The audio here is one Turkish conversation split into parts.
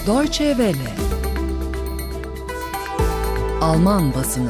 Deutsche Welle. Alman basını.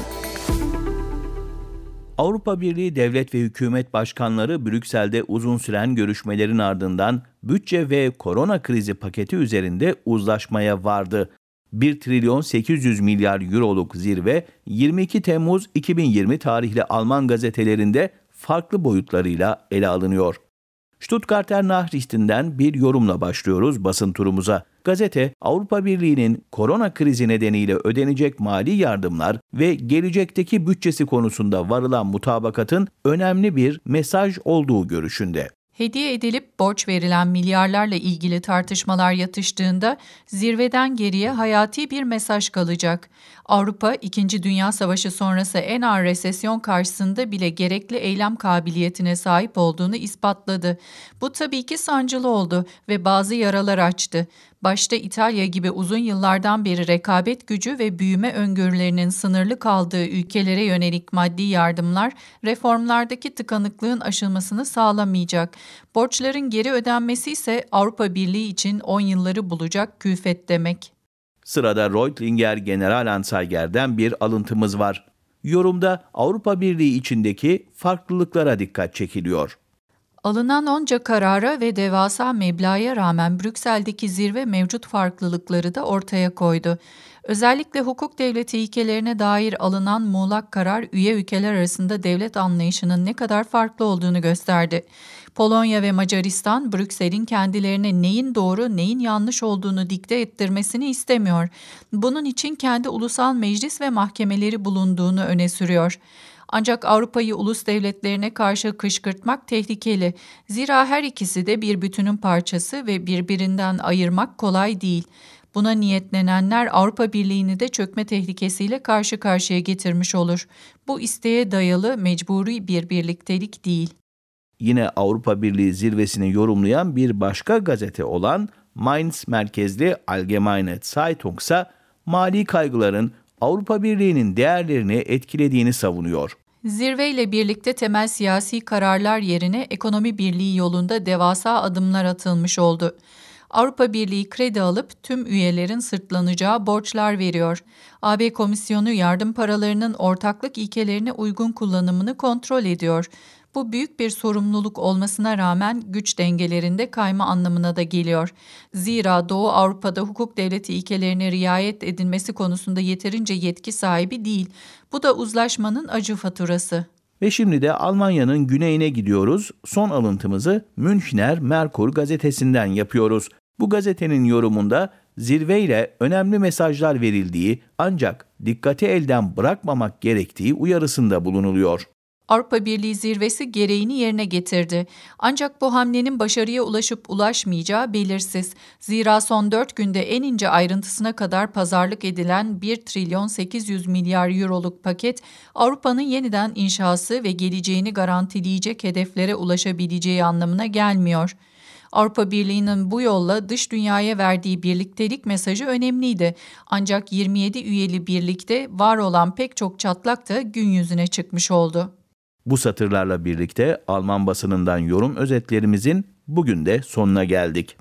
Avrupa Birliği devlet ve hükümet başkanları Brüksel'de uzun süren görüşmelerin ardından bütçe ve korona krizi paketi üzerinde uzlaşmaya vardı. 1 trilyon 800 milyar euroluk zirve 22 Temmuz 2020 tarihli Alman gazetelerinde farklı boyutlarıyla ele alınıyor. Stuttgarter Nachrichten'den bir yorumla başlıyoruz basın turumuza. Gazete, Avrupa Birliği'nin korona krizi nedeniyle ödenecek mali yardımlar ve gelecekteki bütçesi konusunda varılan mutabakatın önemli bir mesaj olduğu görüşünde. Hediye edilip borç verilen milyarlarla ilgili tartışmalar yatıştığında zirveden geriye hayati bir mesaj kalacak. Avrupa, 2. Dünya Savaşı sonrası en ağır resesyon karşısında bile gerekli eylem kabiliyetine sahip olduğunu ispatladı. Bu tabii ki sancılı oldu ve bazı yaralar açtı. Başta İtalya gibi uzun yıllardan beri rekabet gücü ve büyüme öngörülerinin sınırlı kaldığı ülkelere yönelik maddi yardımlar, reformlardaki tıkanıklığın aşılmasını sağlamayacak. Borçların geri ödenmesi ise Avrupa Birliği için 10 yılları bulacak külfet demek. Sırada Reutlinger Generalanzeiger'den bir alıntımız var. Yorumda Avrupa Birliği içindeki farklılıklara dikkat çekiliyor. Alınan onca karara ve devasa meblağa rağmen Brüksel'deki zirve mevcut farklılıkları da ortaya koydu. Özellikle hukuk devleti ilkelerine dair alınan muğlak karar üye ülkeler arasında devlet anlayışının ne kadar farklı olduğunu gösterdi. Polonya ve Macaristan, Brüksel'in kendilerine neyin doğru, neyin yanlış olduğunu dikte ettirmesini istemiyor. Bunun için kendi ulusal meclis ve mahkemeleri bulunduğunu öne sürüyor. Ancak Avrupa'yı ulus devletlerine karşı kışkırtmak tehlikeli. Zira her ikisi de bir bütünün parçası ve birbirinden ayırmak kolay değil. Buna niyetlenenler Avrupa Birliği'ni de çökme tehlikesiyle karşı karşıya getirmiş olur. Bu isteğe dayalı mecburi bir birliktelik değil. Yine Avrupa Birliği zirvesini yorumlayan bir başka gazete olan Mainz merkezli Allgemeine Zeitung ise mali kaygıların Avrupa Birliği'nin değerlerini etkilediğini savunuyor. Zirveyle birlikte temel siyasi kararlar yerine ekonomi birliği yolunda devasa adımlar atılmış oldu. Avrupa Birliği kredi alıp tüm üyelerin sırtlanacağı borçlar veriyor. AB Komisyonu yardım paralarının ortaklık ilkelerine uygun kullanımını kontrol ediyor. Bu büyük bir sorumluluk olmasına rağmen güç dengelerinde kayma anlamına da geliyor. Zira Doğu Avrupa'da hukuk devleti ilkelerine riayet edilmesi konusunda yeterince yetki sahibi değil. Bu da uzlaşmanın acı faturası. Ve şimdi de Almanya'nın güneyine gidiyoruz. Son alıntımızı Münchner Merkur gazetesinden yapıyoruz. Bu gazetenin yorumunda zirveyle önemli mesajlar verildiği ancak dikkati elden bırakmamak gerektiği uyarısında bulunuluyor. Avrupa Birliği zirvesi gereğini yerine getirdi. Ancak bu hamlenin başarıya ulaşıp ulaşmayacağı belirsiz. Zira son 4 günde en ince ayrıntısına kadar pazarlık edilen 1 trilyon 800 milyar euroluk paket, Avrupa'nın yeniden inşası ve geleceğini garantileyecek hedeflere ulaşabileceği anlamına gelmiyor. Avrupa Birliği'nin bu yolla dış dünyaya verdiği birliktelik mesajı önemliydi. Ancak 27 üyeli birlikte var olan pek çok çatlak da gün yüzüne çıkmış oldu. Bu satırlarla birlikte Alman basınından yorum özetlerimizin bugün de sonuna geldik.